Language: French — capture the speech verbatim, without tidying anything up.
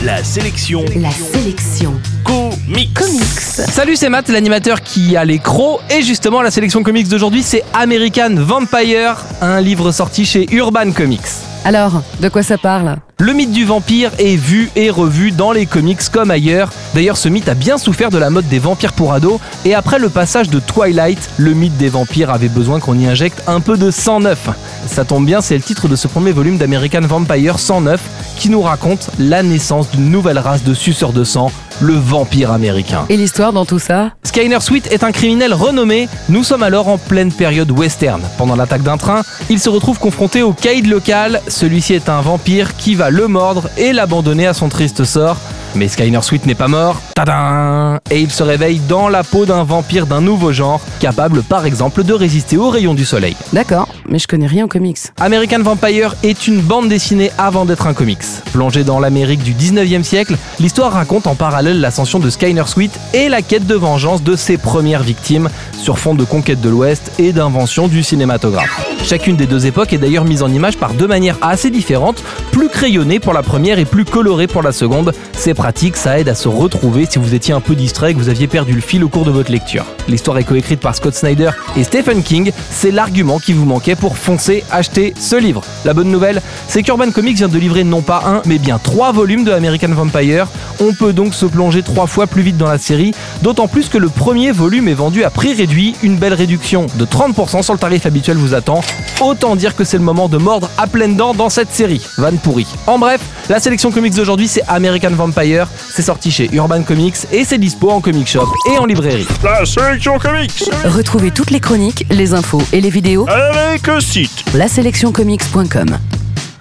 La sélection. La sélection. Comics. Comics. Salut, c'est Matt, l'animateur qui a les crocs. Et justement, la sélection comics d'aujourd'hui, c'est American Vampire, un livre sorti chez Urban Comics. Alors, de quoi ça parle ? Le mythe du vampire est vu et revu dans les comics comme ailleurs. D'ailleurs, ce mythe a bien souffert de la mode des vampires pour ados. Et après le passage de Twilight, le mythe des vampires avait besoin qu'on y injecte un peu de sang neuf. Ça tombe bien, c'est le titre de ce premier volume d'American Vampire sang neuf qui nous raconte la naissance d'une nouvelle race de suceurs de sang, le vampire américain. Et l'histoire dans tout ça ? Skyner Sweet est un criminel renommé. Nous sommes alors en pleine période western. Pendant l'attaque d'un train, il se retrouve confronté au caïd local. Celui-ci est un vampire qui va le mordre et l'abandonner à son triste sort. Mais Skyner Sweet n'est pas mort, tadam, et il se réveille dans la peau d'un vampire d'un nouveau genre, capable par exemple de résister aux rayons du soleil. D'accord, mais je connais rien en comics. American Vampire est une bande dessinée avant d'être un comics. Plongée dans l'Amérique du dix-neuvième siècle, l'histoire raconte en parallèle l'ascension de Skyner Sweet et la quête de vengeance de ses premières victimes, sur fond de conquête de l'Ouest et d'invention du cinématographe. Chacune des deux époques est d'ailleurs mise en image par deux manières assez différentes, plus crayonnées pour la première et plus colorées pour la seconde. C'est pratique, ça aide à se retrouver si vous étiez un peu distrait et que vous aviez perdu le fil au cours de votre lecture. L'histoire est coécrite par Scott Snyder et Stephen King, c'est l'argument qui vous manquait pour foncer acheter ce livre. La bonne nouvelle, c'est qu'Urban Comics vient de livrer non pas un, mais bien trois volumes de American Vampire. On peut donc se plonger trois fois plus vite dans la série, d'autant plus que le premier volume est vendu à prix réduit, une belle réduction de trente pour cent sur le tarif habituel vous attend. Autant dire que c'est le moment de mordre à pleines dents dans cette série. Vanne pourrie. En bref, la sélection comics d'aujourd'hui, c'est American Vampire. C'est sorti chez Urban Comics et c'est dispo en comic shop et en librairie. La sélection comics. Retrouvez toutes les chroniques, les infos et les vidéos Avec un site. la sélection comics point com.